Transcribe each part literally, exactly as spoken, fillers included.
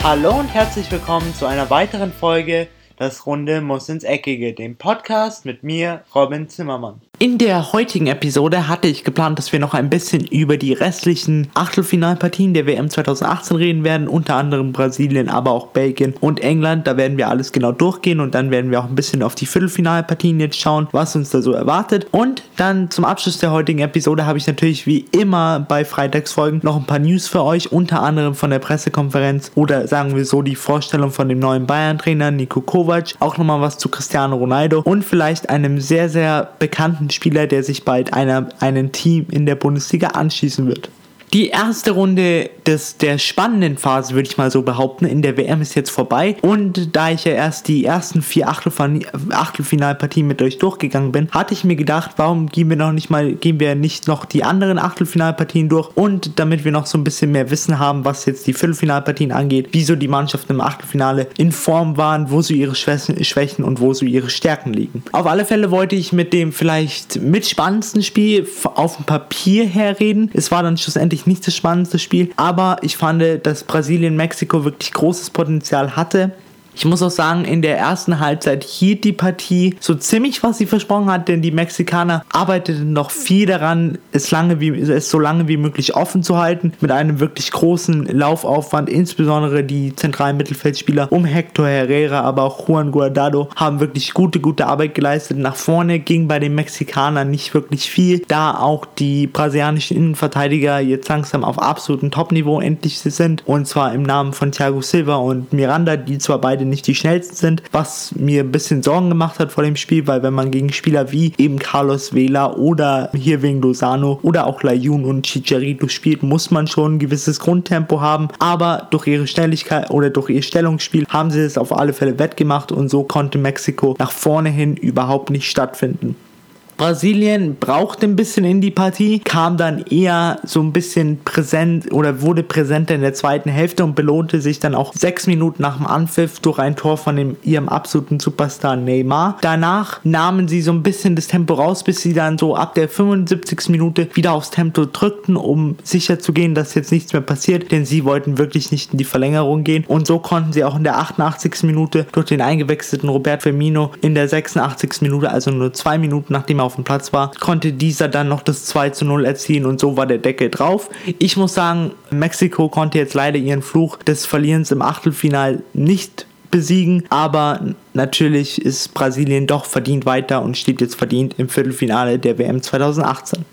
Hallo und herzlich willkommen zu einer weiteren Folge Das Runde muss ins Eckige, dem Podcast mit mir, Robin Zimmermann. In der heutigen Episode hatte ich geplant, dass wir noch ein bisschen über die restlichen Achtelfinalpartien der W M zwanzig achtzehn reden werden, unter anderem Brasilien, aber auch Belgien und England. Da werden wir alles genau durchgehen und dann werden wir auch ein bisschen auf die Viertelfinalpartien jetzt schauen, was uns da so erwartet. Und dann zum Abschluss der heutigen Episode habe ich natürlich wie immer bei Freitagsfolgen noch ein paar News für euch, unter anderem von der Pressekonferenz oder sagen wir so die Vorstellung von dem neuen Bayern-Trainer Niko Kovac, auch nochmal was zu Cristiano Ronaldo und vielleicht einem sehr, sehr bekannten Spieler, der sich bald einer, einem Team in der Bundesliga anschließen wird. Die erste Runde des, der spannenden Phase, würde ich mal so behaupten, in der W M ist jetzt vorbei. Und da ich ja erst die ersten vier Achtelfin- Achtelfinalpartien mit euch durchgegangen bin, hatte ich mir gedacht, warum gehen wir noch nicht mal, gehen wir nicht noch die anderen Achtelfinalpartien durch? Und damit wir noch so ein bisschen mehr Wissen haben, was jetzt die Viertelfinalpartien angeht, wieso die Mannschaften im Achtelfinale in Form waren, wo so ihre Schwächen und wo so ihre Stärken liegen. Auf alle Fälle wollte ich mit dem vielleicht mitspannendsten Spiel auf dem Papier herreden. Es war dann schlussendlich nicht das spannendste Spiel, aber ich fand, dass Brasilien-Mexiko wirklich großes Potenzial hatte. Ich muss auch sagen, in der ersten Halbzeit hielt die Partie so ziemlich, was sie versprochen hat, denn die Mexikaner arbeiteten noch viel daran, es, lange wie, es so lange wie möglich offen zu halten, mit einem wirklich großen Laufaufwand, insbesondere die zentralen Mittelfeldspieler um Hector Herrera, aber auch Juan Guardado haben wirklich gute, gute Arbeit geleistet. Nach vorne ging bei den Mexikanern nicht wirklich viel, da auch die brasilianischen Innenverteidiger jetzt langsam auf absolutem Top-Niveau endlich sind, und zwar im Namen von Thiago Silva und Miranda, die zwar beide nicht die schnellsten sind, was mir ein bisschen Sorgen gemacht hat vor dem Spiel, weil wenn man gegen Spieler wie eben Carlos Vela oder hier wegen Lozano oder auch Layún und Chicharito spielt, muss man schon ein gewisses Grundtempo haben, aber durch ihre Schnelligkeit oder durch ihr Stellungsspiel haben sie es auf alle Fälle wettgemacht und so konnte Mexiko nach vorne hin überhaupt nicht stattfinden. Brasilien brauchte ein bisschen in die Partie, kam dann eher so ein bisschen präsent oder wurde präsenter in der zweiten Hälfte und belohnte sich dann auch sechs Minuten nach dem Anpfiff durch ein Tor von dem, ihrem absoluten Superstar Neymar. Danach nahmen sie so ein bisschen das Tempo raus, bis sie dann so ab der fünfundsiebzigsten Minute wieder aufs Tempo drückten, um sicher zu gehen, dass jetzt nichts mehr passiert, denn sie wollten wirklich nicht in die Verlängerung gehen, und so konnten sie auch in der achtundachtzigsten Minute durch den eingewechselten Robert Firmino in der sechsundachtzigsten Minute, also nur zwei Minuten nachdem er auf dem Platz war, konnte dieser dann noch das zwei zu null erzielen und so war der Deckel drauf. Ich muss sagen, Mexiko konnte jetzt leider ihren Fluch des Verlierens im Achtelfinal nicht besiegen, aber natürlich ist Brasilien doch verdient weiter und steht jetzt verdient im Viertelfinale der W M zwanzig achtzehn.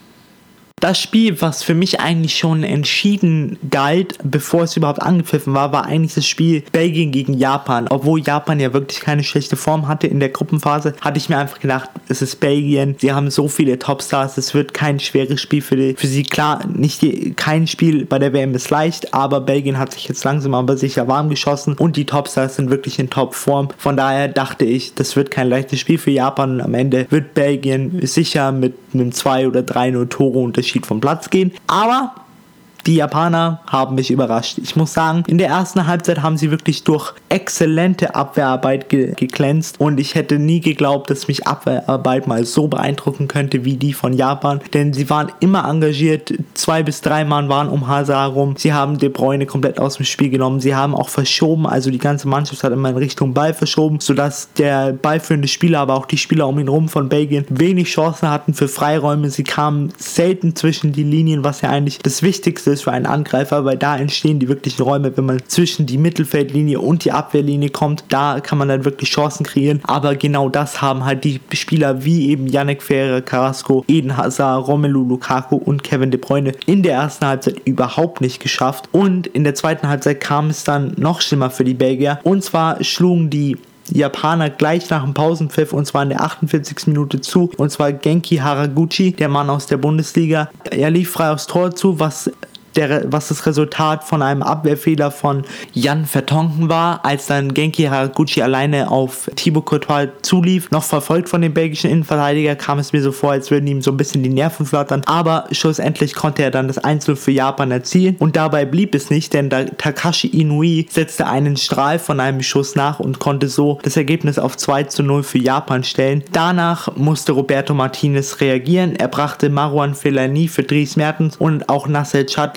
Das Spiel, was für mich eigentlich schon entschieden galt, bevor es überhaupt angepfiffen war, war eigentlich das Spiel Belgien gegen Japan. Obwohl Japan ja wirklich keine schlechte Form hatte in der Gruppenphase, hatte ich mir einfach gedacht, es ist Belgien, sie haben so viele Topstars, es wird kein schweres Spiel für, die, für sie. Klar, nicht die, kein Spiel bei der W M ist leicht, aber Belgien hat sich jetzt langsam aber sicher warm geschossen und die Topstars sind wirklich in Topform. Von daher dachte ich, das wird kein leichtes Spiel für Japan und am Ende wird Belgien sicher mit einem zwei oder drei null Tore Unterschied vom Platz gehen, aber die Japaner haben mich überrascht. Ich muss sagen, in der ersten Halbzeit haben sie wirklich durch exzellente Abwehrarbeit ge- geglänzt und ich hätte nie geglaubt, dass mich Abwehrarbeit mal so beeindrucken könnte wie die von Japan, denn sie waren immer engagiert, zwei bis drei Mann waren um Hazard rum, sie haben De Bruyne komplett aus dem Spiel genommen, sie haben auch verschoben, also die ganze Mannschaft hat immer in Richtung Ball verschoben, sodass der ballführende Spieler, aber auch die Spieler um ihn rum von Belgien wenig Chancen hatten für Freiräume, sie kamen selten zwischen die Linien, was ja eigentlich das Wichtigste ist für einen Angreifer, weil da entstehen die wirklichen Räume, wenn man zwischen die Mittelfeldlinie und die Abwehrlinie kommt, da kann man dann wirklich Chancen kreieren, aber genau das haben halt die Spieler wie eben Yannick Ferreira, Carrasco, Eden Hazard, Romelu Lukaku und Kevin De Bruyne in der ersten Halbzeit überhaupt nicht geschafft, und in der zweiten Halbzeit kam es dann noch schlimmer für die Belgier, und zwar schlugen die Japaner gleich nach dem Pausenpfiff, und zwar in der achtundvierzigsten Minute zu, und zwar Genki Haraguchi, der Mann aus der Bundesliga. Er lief frei aufs Tor zu, was Der, was das Resultat von einem Abwehrfehler von Jan Vertonghen war, als dann Genki Haraguchi alleine auf Thibaut Courtois zulief, noch verfolgt von dem belgischen Innenverteidiger, kam es mir so vor, als würden ihm so ein bisschen die Nerven flattern, aber schlussendlich konnte er dann das eins zu null für Japan erzielen, und dabei blieb es nicht, denn Takashi Inui setzte einen Strahl von einem Schuss nach und konnte so das Ergebnis auf zwei zu null für Japan stellen. Danach musste Roberto Martinez reagieren, er brachte Marouane Fellaini für Dries Mertens und auch Nacer Chadli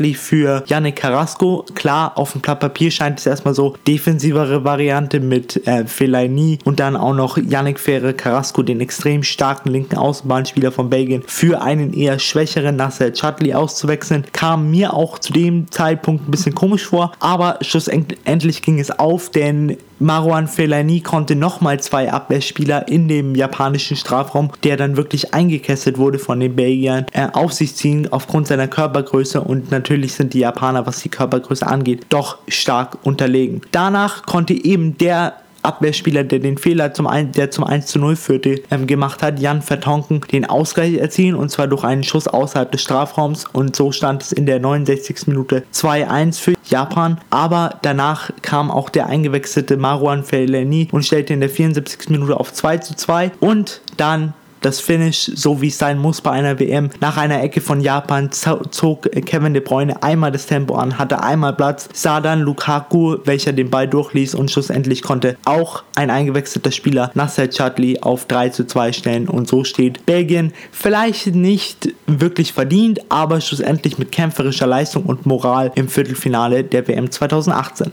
Charlie für Yannick Carrasco. Klar, auf dem Blatt Papier scheint es erstmal so defensivere Variante mit äh, Fellaini und dann auch noch Yannick Ferre Carrasco, den extrem starken linken Außenbahnspieler von Belgien, für einen eher schwächeren Nacer Chadli auszuwechseln. Kam mir auch zu dem Zeitpunkt ein bisschen komisch vor, aber schlussendlich ging es auf, denn Marouane Fellaini konnte nochmal zwei Abwehrspieler in dem japanischen Strafraum, der dann wirklich eingekesselt wurde von den Belgiern, äh, auf sich ziehen aufgrund seiner Körpergröße, und natürlich sind die Japaner, was die Körpergröße angeht, doch stark unterlegen. Danach konnte eben der Abwehrspieler, der den Fehler zum ein, der zum eins zu null führte, ähm, gemacht hat, Jan Vertonken, den Ausgleich erzielen, und zwar durch einen Schuss außerhalb des Strafraums, und so stand es in der neunundsechzigsten Minute zwei eins für Japan. Aber danach kam auch der eingewechselte Marouane Fellaini und stellte in der vierundsiebzigsten Minute auf zwei zu zwei, und dann das Finish, so wie es sein muss bei einer W M. Nach einer Ecke von Japan zog Kevin De Bruyne einmal das Tempo an, hatte einmal Platz, sah dann Lukaku, welcher den Ball durchließ, und schlussendlich konnte auch ein eingewechselter Spieler Nacer Chadli auf drei zu zwei stellen, und so steht Belgien vielleicht nicht wirklich verdient, aber schlussendlich mit kämpferischer Leistung und Moral im Viertelfinale der W M zweitausendachtzehn.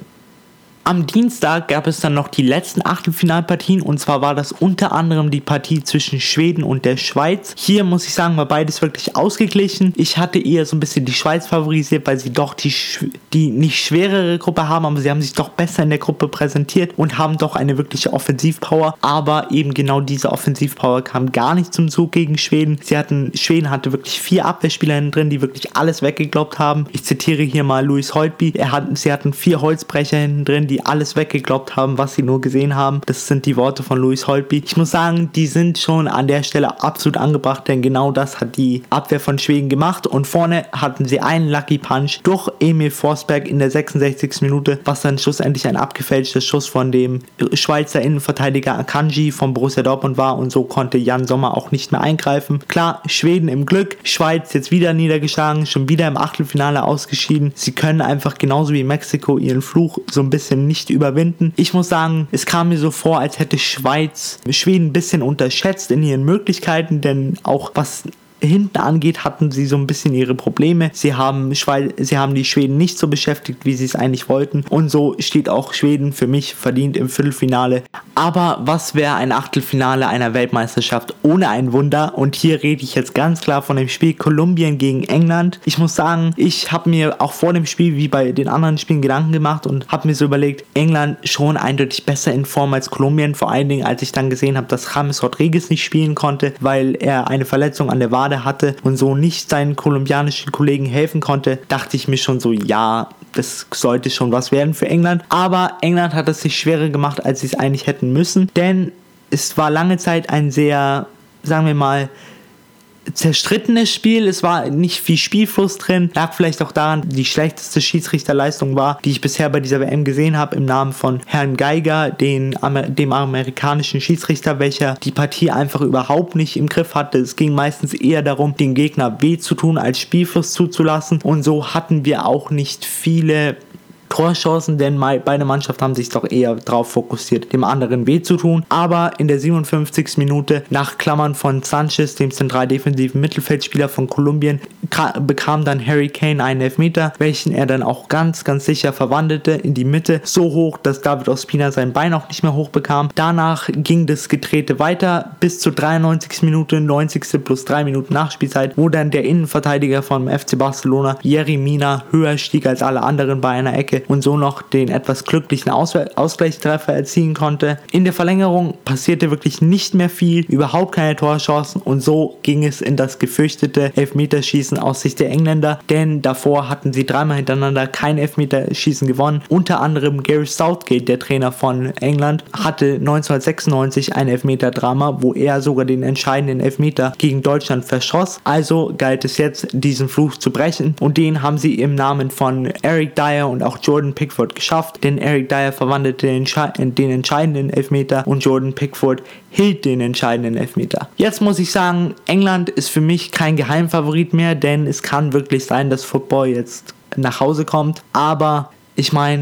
Am Dienstag gab es dann noch die letzten Achtelfinalpartien, und zwar war das unter anderem die Partie zwischen Schweden und der Schweiz. Hier muss ich sagen, war beides wirklich ausgeglichen. Ich hatte eher so ein bisschen die Schweiz favorisiert, weil sie doch die, die nicht schwerere Gruppe haben, aber sie haben sich doch besser in der Gruppe präsentiert und haben doch eine wirkliche Offensivpower. Aber eben genau diese Offensivpower kam gar nicht zum Zug gegen Schweden. Sie hatten, Schweden hatte wirklich vier Abwehrspieler drin, die wirklich alles weggeglaubt haben. Ich zitiere hier mal Louis Holtby. Er hat, sie hatten vier Holzbrecher hinten drin, die alles weggeglaubt haben, was sie nur gesehen haben. Das sind die Worte von Louis Holtby. Ich muss sagen, die sind schon an der Stelle absolut angebracht, denn genau das hat die Abwehr von Schweden gemacht, und vorne hatten sie einen Lucky Punch durch Emil Forsberg in der sechsundsechzigsten Minute, was dann schlussendlich ein abgefälschter Schuss von dem Schweizer Innenverteidiger Akanji von Borussia Dortmund war, und so konnte Jan Sommer auch nicht mehr eingreifen. Klar, Schweden im Glück, Schweiz jetzt wieder niedergeschlagen, schon wieder im Achtelfinale ausgeschieden. Sie können einfach genauso wie Mexiko ihren Fluch so ein bisschen nicht überwinden. Ich muss sagen, es kam mir so vor, als hätte Schweiz Schweden ein bisschen unterschätzt in ihren Möglichkeiten, denn auch was hinten angeht, hatten sie so ein bisschen ihre Probleme. Sie haben, Schwe- sie haben die Schweden nicht so beschäftigt, wie sie es eigentlich wollten, und so steht auch Schweden für mich verdient im Viertelfinale. Aber was wäre ein Achtelfinale einer Weltmeisterschaft ohne ein Wunder? Und hier rede ich jetzt ganz klar von dem Spiel Kolumbien gegen England. Ich muss sagen, ich habe mir auch vor dem Spiel wie bei den anderen Spielen Gedanken gemacht und habe mir so überlegt, England schon eindeutig besser in Form als Kolumbien, vor allen Dingen als ich dann gesehen habe, dass James Rodriguez nicht spielen konnte, weil er eine Verletzung an der Wade hatte und so nicht seinen kolumbianischen Kollegen helfen konnte, dachte ich mir schon so, ja, das sollte schon was werden für England. Aber England hat es sich schwerer gemacht, als sie es eigentlich hätten müssen, denn es war lange Zeit ein sehr, sagen wir mal, zerstrittenes Spiel. Es war nicht viel Spielfluss drin. Lag vielleicht auch daran, die schlechteste Schiedsrichterleistung war, die ich bisher bei dieser W M gesehen habe, im Namen von Herrn Geiger, den, dem amerikanischen Schiedsrichter, welcher die Partie einfach überhaupt nicht im Griff hatte. Es ging meistens eher darum, den Gegner weh zu tun, als Spielfluss zuzulassen. Und so hatten wir auch nicht viele Torchancen, denn beide Mannschaften haben sich doch eher darauf fokussiert, dem anderen weh zu tun. Aber in der siebenundfünfzigsten Minute, nach Klammern von Sanchez, dem zentral defensiven Mittelfeldspieler von Kolumbien, bekam dann Harry Kane einen Elfmeter, welchen er dann auch ganz, ganz sicher verwandelte in die Mitte, so hoch, dass David Ospina sein Bein auch nicht mehr hochbekam. Danach ging das Gedrehte weiter bis zur dreiundneunzigsten Minute, neunzigste plus drei Minuten Nachspielzeit, wo dann der Innenverteidiger vom F C Barcelona, Yerry Mina, höher stieg als alle anderen bei einer Ecke und so noch den etwas glücklichen Aus- Ausgleichstreffer erzielen konnte. In der Verlängerung passierte wirklich nicht mehr viel, überhaupt keine Torchancen, und so ging es in das gefürchtete Elfmeterschießen aus Sicht der Engländer, denn davor hatten sie dreimal hintereinander kein Elfmeterschießen gewonnen. Unter anderem Gary Southgate, der Trainer von England, hatte neunzehnhundertsechsundneunzig ein Elfmeter-Drama, wo er sogar den entscheidenden Elfmeter gegen Deutschland verschoss. Also galt es jetzt, diesen Fluch zu brechen, und den haben sie im Namen von Eric Dyer und auch Jordan Pickford geschafft, denn Eric Dyer verwandelte den, den entscheidenden Elfmeter und Jordan Pickford hielt den entscheidenden Elfmeter. Jetzt muss ich sagen, England ist für mich kein Geheimfavorit mehr, denn es kann wirklich sein, dass Football jetzt nach Hause kommt, aber ich meine,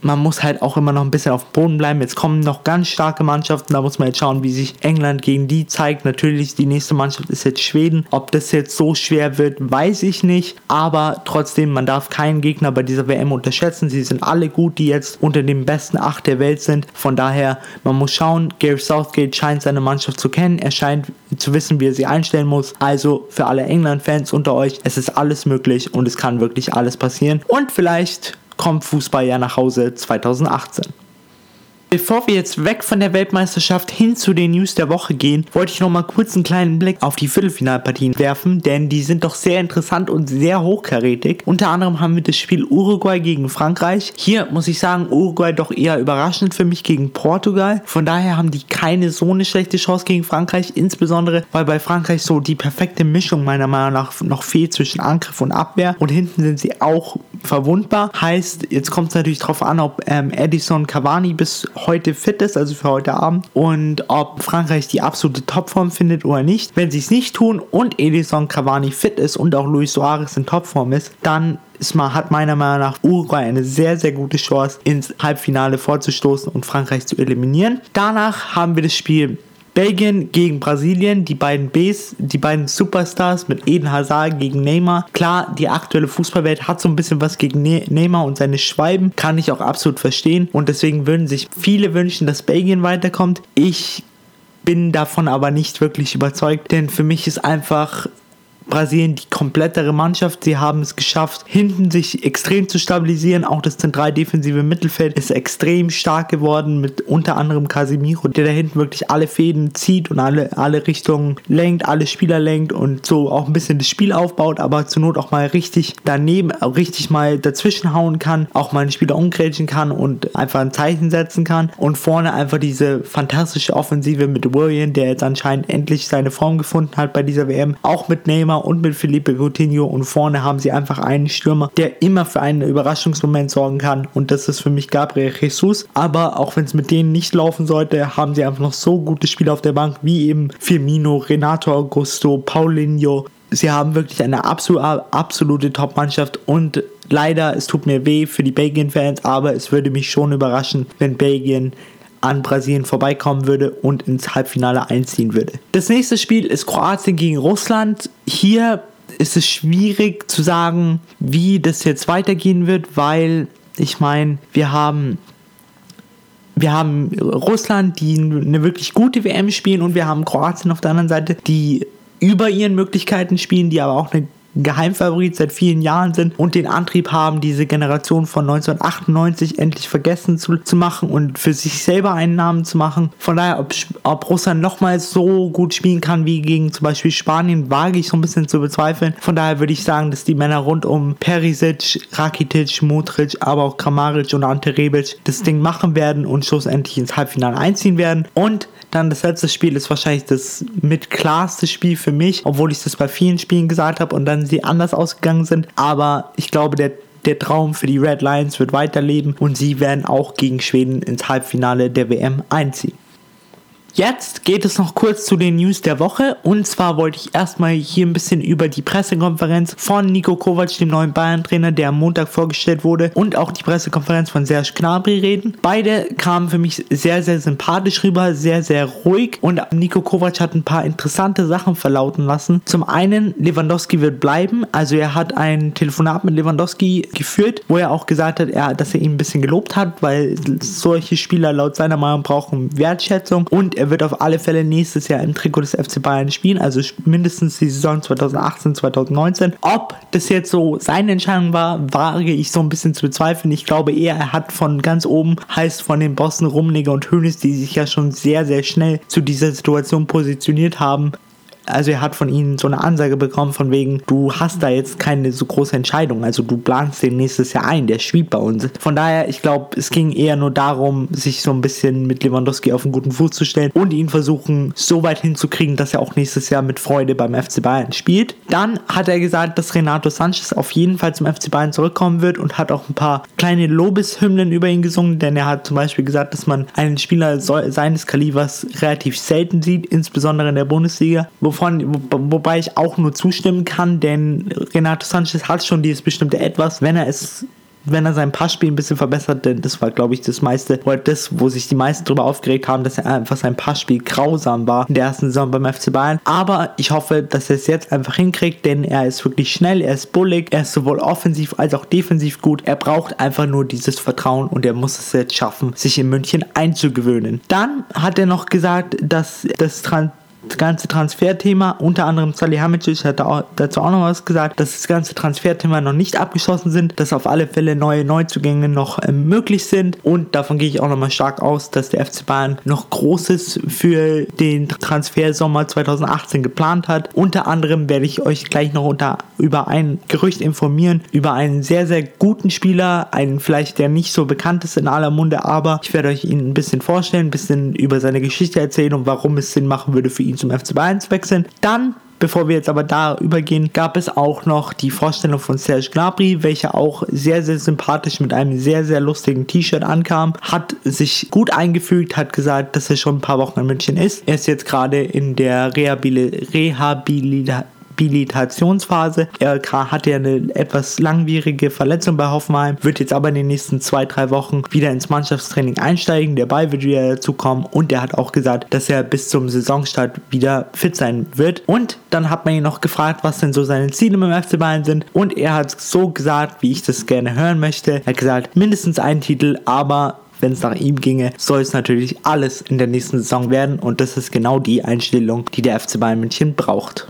man muss halt auch immer noch ein bisschen auf dem Boden bleiben. Jetzt kommen noch ganz starke Mannschaften, da muss man jetzt schauen, wie sich England gegen die zeigt. Natürlich, die nächste Mannschaft ist jetzt Schweden. Ob das jetzt so schwer wird, weiß ich nicht, aber trotzdem, man darf keinen Gegner bei dieser W M unterschätzen. Sie sind alle gut, die jetzt unter den besten acht der Welt sind. Von daher, man muss schauen, Gareth Southgate scheint seine Mannschaft zu kennen, er scheint zu wissen, wie er sie einstellen muss. Also für alle England-Fans unter euch, es ist alles möglich und es kann wirklich alles passieren. Und vielleicht kommt Fußball ja nach Hause zwanzig achtzehn. Bevor wir jetzt weg von der Weltmeisterschaft hin zu den News der Woche gehen, wollte ich noch mal kurz einen kleinen Blick auf die Viertelfinalpartien werfen, denn die sind doch sehr interessant und sehr hochkarätig. Unter anderem haben wir das Spiel Uruguay gegen Frankreich. Hier muss ich sagen, Uruguay doch eher überraschend für mich gegen Portugal. Von daher haben die keine so eine schlechte Chance gegen Frankreich, insbesondere weil bei Frankreich so die perfekte Mischung meiner Meinung nach noch fehlt zwischen Angriff und Abwehr und hinten sind sie auch verwundbar. Heißt, jetzt kommt es natürlich darauf an, ob ähm, Edison Cavani bis heute fit ist, also für heute Abend, und ob Frankreich die absolute Topform findet oder nicht. Wenn sie es nicht tun und Edison Cavani fit ist und auch Luis Suarez in Topform ist, dann ist man, hat meiner Meinung nach Uruguay eine sehr, sehr gute Chance, ins Halbfinale vorzustoßen und Frankreich zu eliminieren. Danach haben wir das Spiel Belgien gegen Brasilien, die beiden Bs, die beiden Superstars mit Eden Hazard gegen Neymar. Klar, die aktuelle Fußballwelt hat so ein bisschen was gegen ne- Neymar und seine Schwalben, kann ich auch absolut verstehen und deswegen würden sich viele wünschen, dass Belgien weiterkommt. Ich bin davon aber nicht wirklich überzeugt, denn für mich ist einfach Brasilien die komplettere Mannschaft. Sie haben es geschafft, hinten sich extrem zu stabilisieren. Auch das zentral-defensive Mittelfeld ist extrem stark geworden mit unter anderem Casemiro, der da hinten wirklich alle Fäden zieht und alle, alle Richtungen lenkt, alle Spieler lenkt und so auch ein bisschen das Spiel aufbaut, aber zur Not auch mal richtig daneben, richtig mal dazwischen hauen kann, auch mal einen Spieler umgrätschen kann und einfach ein Zeichen setzen kann. Und vorne einfach diese fantastische Offensive mit Willian, der jetzt anscheinend endlich seine Form gefunden hat bei dieser W M, auch mit Neymar und mit Felipe Coutinho, und vorne haben sie einfach einen Stürmer, der immer für einen Überraschungsmoment sorgen kann, und das ist für mich Gabriel Jesus. Aber auch wenn es mit denen nicht laufen sollte, haben sie einfach noch so gute Spieler auf der Bank, wie eben Firmino, Renato Augusto, Paulinho. Sie haben wirklich eine absolute, absolute Top-Mannschaft und leider, es tut mir weh für die Belgien-Fans, aber es würde mich schon überraschen, wenn Belgien an Brasilien vorbeikommen würde und ins Halbfinale einziehen würde. Das nächste Spiel ist Kroatien gegen Russland. Hier ist es schwierig zu sagen, wie das jetzt weitergehen wird, weil ich meine, wir haben wir haben Russland, die eine wirklich gute W M spielen, und wir haben Kroatien auf der anderen Seite, die über ihren Möglichkeiten spielen, die aber auch eine Geheimfavorit seit vielen Jahren sind und den Antrieb haben, diese Generation von neunzehnhundertachtundneunzig endlich vergessen zu, zu machen und für sich selber einen Namen zu machen. Von daher, ob, ob Russland nochmal so gut spielen kann wie gegen zum Beispiel Spanien, wage ich so ein bisschen zu bezweifeln. Von daher würde ich sagen, dass die Männer rund um Perisic, Rakitic, Modric, aber auch Kramaric und Ante Rebic das Ding machen werden und schlussendlich ins Halbfinale einziehen werden. Und dann das letzte Spiel ist wahrscheinlich das mit klarste Spiel für mich, obwohl ich das bei vielen Spielen gesagt habe und dann sie anders ausgegangen sind. Aber ich glaube, der, der Traum für die Red Lions wird weiterleben und sie werden auch gegen Schweden ins Halbfinale der W M einziehen. Jetzt geht es noch kurz zu den News der Woche, und zwar wollte ich erstmal hier ein bisschen über die Pressekonferenz von Niko Kovac, dem neuen Bayern-Trainer, der am Montag vorgestellt wurde, und auch die Pressekonferenz von Serge Gnabry reden. Beide kamen für mich sehr, sehr sympathisch rüber, sehr, sehr ruhig, und Niko Kovac hat ein paar interessante Sachen verlauten lassen. Zum einen, Lewandowski wird bleiben, also er hat ein Telefonat mit Lewandowski geführt, wo er auch gesagt hat, er, dass er ihn ein bisschen gelobt hat, weil solche Spieler laut seiner Meinung brauchen Wertschätzung, und er wird auf alle Fälle nächstes Jahr im Trikot des F C Bayern spielen, also mindestens die Saison zwanzig achtzehn zwanzig neunzehn. Ob das jetzt so seine Entscheidung war, wage ich so ein bisschen zu bezweifeln. Ich glaube eher, er hat von ganz oben, heißt von den Bossen Rummenigge und Hoeneß, die sich ja schon sehr, sehr schnell zu dieser Situation positioniert haben, also er hat von ihnen so eine Ansage bekommen von wegen, du hast da jetzt keine so große Entscheidung, also du planst den nächstes Jahr ein, der spielt bei uns. Von daher, ich glaube, es ging eher nur darum, sich so ein bisschen mit Lewandowski auf einen guten Fuß zu stellen und ihn versuchen, so weit hinzukriegen, dass er auch nächstes Jahr mit Freude beim F C Bayern spielt. Dann hat er gesagt, dass Renato Sanches auf jeden Fall zum F C Bayern zurückkommen wird und hat auch ein paar kleine Lobeshymnen über ihn gesungen, denn er hat zum Beispiel gesagt, dass man einen Spieler so, seines Kalibers relativ selten sieht, insbesondere in der Bundesliga, wovon, wo, wobei ich auch nur zustimmen kann, denn Renato Sanches hat schon dieses bestimmte Etwas, wenn er es wenn er sein Passspiel ein bisschen verbessert, denn das war, glaube ich, das meiste, oder das, wo sich die meisten drüber aufgeregt haben, dass er einfach sein Passspiel grausam war in der ersten Saison beim F C Bayern. Aber ich hoffe, dass er es jetzt einfach hinkriegt, denn er ist wirklich schnell, er ist bullig, er ist sowohl offensiv als auch defensiv gut. Er braucht einfach nur dieses Vertrauen und er muss es jetzt schaffen, sich in München einzugewöhnen. Dann hat er noch gesagt, dass das Trans Das ganze Transferthema, unter anderem Salihamidzic hat auch, dazu auch noch was gesagt, dass das ganze Transferthema noch nicht abgeschlossen sind, dass auf alle Fälle neue Neuzugänge noch äh, möglich sind und davon gehe ich auch nochmal stark aus, dass der F C Bayern noch Großes für den Transfersommer zwanzig achtzehn geplant hat. Unter anderem werde ich euch gleich noch unter, über ein Gerücht informieren, über einen sehr, sehr guten Spieler, einen vielleicht, der nicht so bekannt ist in aller Munde, aber ich werde euch ihn ein bisschen vorstellen, ein bisschen über seine Geschichte erzählen und warum es Sinn machen würde für ihn zum F C Bayern zu wechseln. Dann, bevor wir jetzt aber da übergehen, gab es auch noch die Vorstellung von Serge Gnabry, welcher auch sehr, sehr sympathisch mit einem sehr, sehr lustigen T-Shirt ankam, hat sich gut eingefügt, hat gesagt, dass er schon ein paar Wochen in München ist. Er ist jetzt gerade in der Rehabil- Rehabilitation Rehabilitationsphase. Er hatte ja eine etwas langwierige Verletzung bei Hoffenheim, wird jetzt aber in den nächsten zwei, drei Wochen wieder ins Mannschaftstraining einsteigen. Der Ball wird wieder dazukommen und er hat auch gesagt, dass er bis zum Saisonstart wieder fit sein wird. Und dann hat man ihn noch gefragt, was denn so seine Ziele mit dem F C Bayern sind und er hat so gesagt, wie ich das gerne hören möchte. Er hat gesagt, mindestens einen Titel, aber wenn es nach ihm ginge, soll es natürlich alles in der nächsten Saison werden und das ist genau die Einstellung, die der F C Bayern München braucht.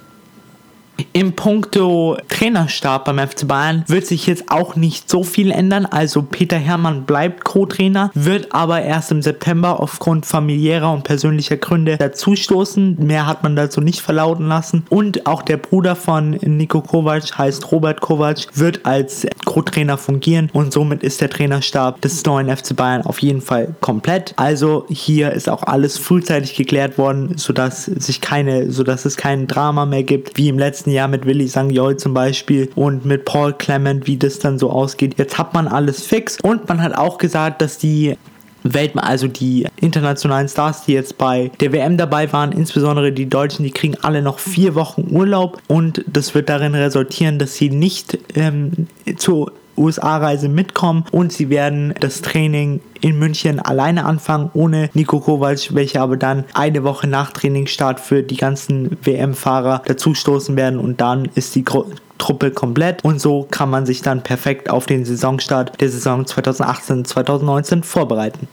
Im Punkto Trainerstab beim F C Bayern wird sich jetzt auch nicht so viel ändern. Also Peter Herrmann bleibt Co-Trainer, wird aber erst im September aufgrund familiärer und persönlicher Gründe dazustoßen. Mehr hat man dazu nicht verlauten lassen. Und auch der Bruder von Niko Kovac, heißt Robert Kovac, wird als Co-Trainer fungieren und somit ist der Trainerstab des neuen F C Bayern auf jeden Fall komplett. Also hier ist auch alles frühzeitig geklärt worden, sodass sich keine, sodass es kein Drama mehr gibt, wie im letzten Jahr mit Willi Sagnol zum Beispiel und mit Paul Clement, wie das dann so ausgeht. Jetzt hat man alles fix und man hat auch gesagt, dass die Welt, also die internationalen Stars, die jetzt bei der W M dabei waren, insbesondere die Deutschen, die kriegen alle noch vier Wochen Urlaub und das wird darin resultieren, dass sie nicht ähm, zu U S A-Reise mitkommen und sie werden das Training in München alleine anfangen, ohne Niko Kovac, welche aber dann eine Woche nach Trainingsstart für die ganzen W M-Fahrer dazustoßen werden und dann ist die Gro- Truppe komplett und so kann man sich dann perfekt auf den Saisonstart der Saison zwanzig achtzehn zwanzig neunzehn vorbereiten.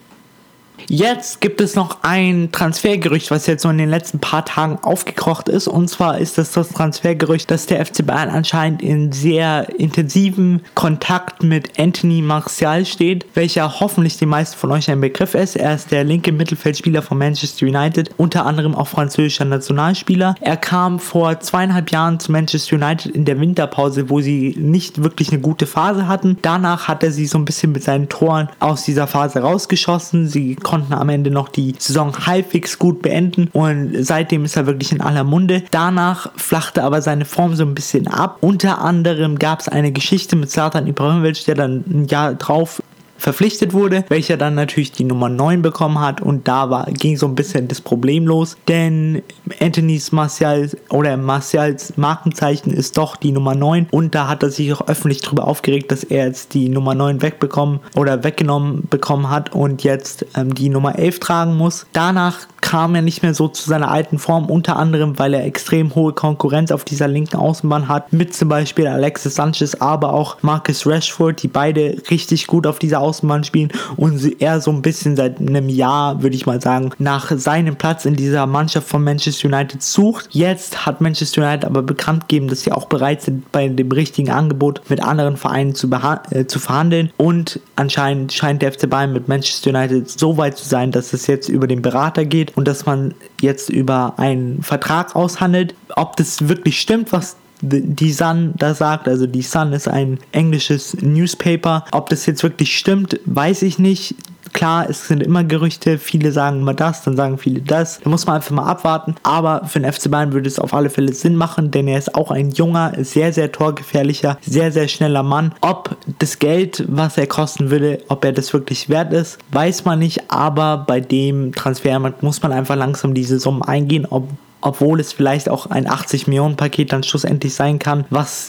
Jetzt gibt es noch ein Transfergerücht, was jetzt so in den letzten paar Tagen aufgekocht ist. Und zwar ist das das Transfergerücht, dass der F C Bayern anscheinend in sehr intensiven Kontakt mit Anthony Martial steht, welcher hoffentlich den meisten von euch ein Begriff ist. Er ist der linke Mittelfeldspieler von Manchester United, unter anderem auch französischer Nationalspieler. Er kam vor zweieinhalb Jahren zu Manchester United in der Winterpause, wo sie nicht wirklich eine gute Phase hatten. Danach hat er sie so ein bisschen mit seinen Toren aus dieser Phase rausgeschossen. Sie konnten am Ende noch die Saison halbwegs gut beenden und seitdem ist er wirklich in aller Munde. Danach flachte aber seine Form so ein bisschen ab. Unter anderem gab es eine Geschichte mit Zlatan Ibrahimovic, der dann ein Jahr drauf verpflichtet wurde, welcher dann natürlich die Nummer neun bekommen hat und da war, ging so ein bisschen das Problem los, denn Anthony's Martial oder Martials Markenzeichen ist doch die Nummer neun und da hat er sich auch öffentlich darüber aufgeregt, dass er jetzt die Nummer neun wegbekommen oder weggenommen bekommen hat und jetzt ähm, die Nummer elf tragen muss. Danach kam er nicht mehr so zu seiner alten Form, unter anderem, weil er extrem hohe Konkurrenz auf dieser linken Außenbahn hat, mit zum Beispiel Alexis Sanchez, aber auch Marcus Rashford, die beide richtig gut auf dieser Außenbahn spielen und er so ein bisschen seit einem Jahr, würde ich mal sagen, nach seinem Platz in dieser Mannschaft von Manchester United sucht. Jetzt hat Manchester United aber bekannt gegeben, dass sie auch bereit sind, bei dem richtigen Angebot mit anderen Vereinen zu, beha- äh, zu verhandeln und anscheinend scheint der F C Bayern mit Manchester United so weit zu sein, dass es jetzt über den Berater geht und dass man jetzt über einen Vertrag aushandelt. Ob das wirklich stimmt, was die Sun da sagt, also die Sun ist ein englisches Newspaper. Ob das jetzt wirklich stimmt, weiß ich nicht. Klar, es sind immer Gerüchte, viele sagen immer das, dann sagen viele das. Da muss man einfach mal abwarten. Aber für den F C Bayern würde es auf alle Fälle Sinn machen, denn er ist auch ein junger, sehr, sehr torgefährlicher, sehr, sehr schneller Mann. Ob das Geld, was er kosten würde, ob er das wirklich wert ist, weiß man nicht. Aber bei dem Transfermarkt muss man einfach langsam diese Summen eingehen, ob obwohl es vielleicht auch ein achtzig Millionen Paket dann schlussendlich sein kann, was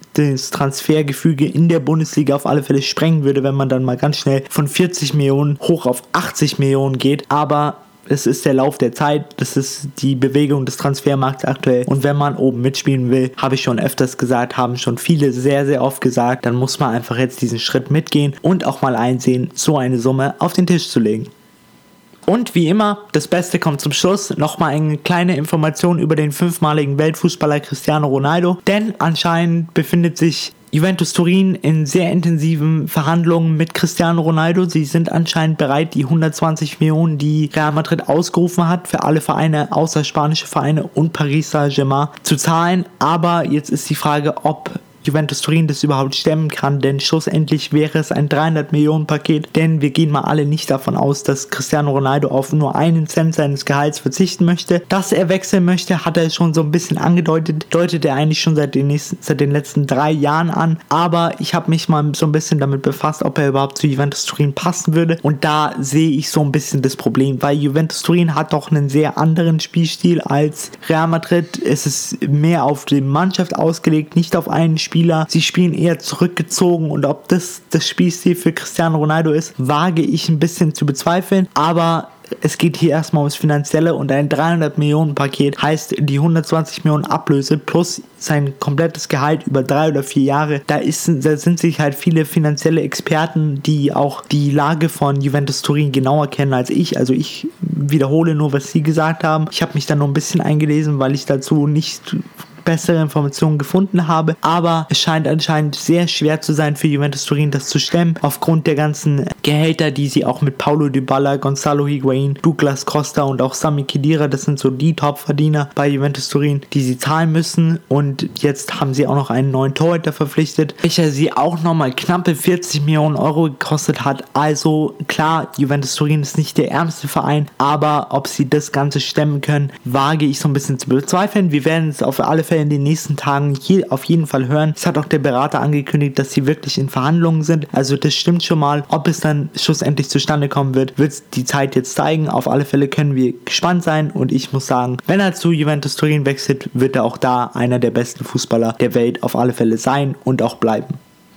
das Transfergefüge in der Bundesliga auf alle Fälle sprengen würde, wenn man dann mal ganz schnell von vierzig Millionen hoch auf achtzig Millionen geht. Aber es ist der Lauf der Zeit, das ist die Bewegung des Transfermarkts aktuell. Und wenn man oben mitspielen will, habe ich schon öfters gesagt, haben schon viele sehr, sehr oft gesagt, dann muss man einfach jetzt diesen Schritt mitgehen und auch mal einsehen, so eine Summe auf den Tisch zu legen. Und wie immer, das Beste kommt zum Schluss. Nochmal eine kleine Information über den fünfmaligen Weltfußballer Cristiano Ronaldo. Denn anscheinend befindet sich Juventus Turin in sehr intensiven Verhandlungen mit Cristiano Ronaldo. Sie sind anscheinend bereit, die hundertzwanzig Millionen, die Real Madrid ausgerufen hat, für alle Vereine, außer spanische Vereine und Paris Saint-Germain, zu zahlen. Aber jetzt ist die Frage, ob Juventus Turin das überhaupt stemmen kann, denn schlussendlich wäre es ein dreihundert Millionen Paket, denn wir gehen mal alle nicht davon aus, dass Cristiano Ronaldo auf nur einen Cent seines Gehalts verzichten möchte. Dass er wechseln möchte, hat er schon so ein bisschen angedeutet, deutet er eigentlich schon seit den, nächsten, seit den letzten drei Jahren an, aber ich habe mich mal so ein bisschen damit befasst, ob er überhaupt zu Juventus Turin passen würde, und da sehe ich so ein bisschen das Problem, weil Juventus Turin hat doch einen sehr anderen Spielstil als Real Madrid. Es ist mehr auf die Mannschaft ausgelegt, nicht auf einen Spieler. Spieler. Sie spielen eher zurückgezogen, und ob das das Spielstil für Cristiano Ronaldo ist, wage ich ein bisschen zu bezweifeln, aber es geht hier erstmal ums Finanzielle, und ein dreihundert Millionen Paket heißt die hundertzwanzig Millionen Ablöse plus sein komplettes Gehalt über drei oder vier Jahre. Da, ist, da sind sich halt viele finanzielle Experten, die auch die Lage von Juventus Turin genauer kennen als ich. Also ich wiederhole nur, was sie gesagt haben. Ich habe mich da noch ein bisschen eingelesen, weil ich dazu nicht bessere Informationen gefunden habe, aber es scheint anscheinend sehr schwer zu sein für Juventus Turin, das zu stemmen, aufgrund der ganzen Gehälter, die sie auch mit Paulo Dybala, Gonzalo Higuain, Douglas Costa und auch Sami Khedira, das sind so die Top-Verdiener bei Juventus Turin, die sie zahlen müssen, und jetzt haben sie auch noch einen neuen Torhüter verpflichtet, welcher sie auch nochmal knappe vierzig Millionen Euro gekostet hat. Also klar, Juventus Turin ist nicht der ärmste Verein, aber ob sie das Ganze stemmen können, wage ich so ein bisschen zu bezweifeln. Wir werden es auf alle Fälle in den nächsten Tagen je, auf jeden Fall hören. Es hat auch der Berater angekündigt, dass sie wirklich in Verhandlungen sind. Also das stimmt schon mal. Ob es dann schlussendlich zustande kommen wird, wird die Zeit jetzt zeigen. Auf alle Fälle können wir gespannt sein, und ich muss sagen, wenn er zu Juventus Turin wechselt, wird er auch da einer der besten Fußballer der Welt auf alle Fälle sein und auch bleiben.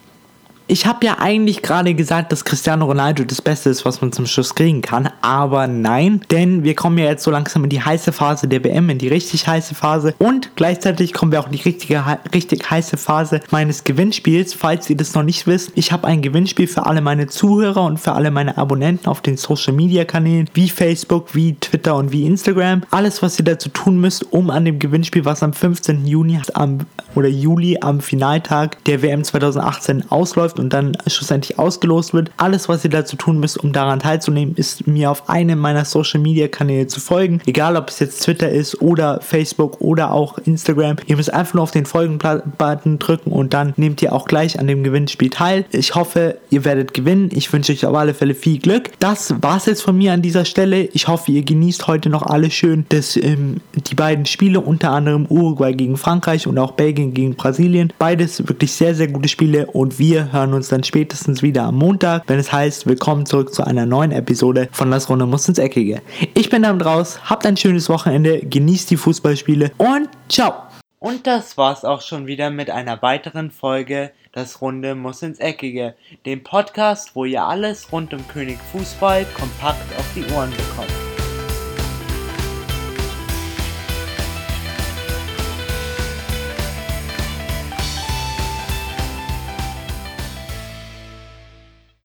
Ich habe ja eigentlich gerade gesagt, dass Cristiano Ronaldo das Beste ist, was man zum Schluss kriegen kann, aber nein, denn wir kommen ja jetzt so langsam in die heiße Phase der W M, in die richtig heiße Phase, und gleichzeitig kommen wir auch in die richtige, richtig heiße Phase meines Gewinnspiels. Falls ihr das noch nicht wisst, ich habe ein Gewinnspiel für alle meine Zuhörer und für alle meine Abonnenten auf den Social Media Kanälen wie Facebook, wie Twitter und wie Instagram. Alles, was ihr dazu tun müsst, um an dem Gewinnspiel, was am fünfzehnten Juni am, oder Juli am Finaltag der W M zwanzig achtzehn ausläuft und dann schlussendlich ausgelost wird. Alles, was ihr dazu tun müsst, um daran teilzunehmen, ist, mir auf einem meiner Social Media Kanäle zu folgen. Egal, ob es jetzt Twitter ist oder Facebook oder auch Instagram. Ihr müsst einfach nur auf den Folgen-Button drücken, und dann nehmt ihr auch gleich an dem Gewinnspiel teil. Ich hoffe, ihr werdet gewinnen. Ich wünsche euch auf alle Fälle viel Glück. Das war's jetzt von mir an dieser Stelle. Ich hoffe, ihr genießt heute noch alle schön das, ähm, die beiden Spiele, unter anderem Uruguay gegen Frankreich und auch Belgien gegen Brasilien. Beides wirklich sehr, sehr gute Spiele, und wir hören uns dann spätestens wieder am Montag, wenn es heißt, willkommen zurück zu einer neuen Episode von Das Runde muss ins Eckige. Ich bin damit raus, habt ein schönes Wochenende, genießt die Fußballspiele und ciao! Und das war's auch schon wieder mit einer weiteren Folge Das Runde muss ins Eckige, dem Podcast, wo ihr alles rund um König Fußball kompakt auf die Ohren bekommt.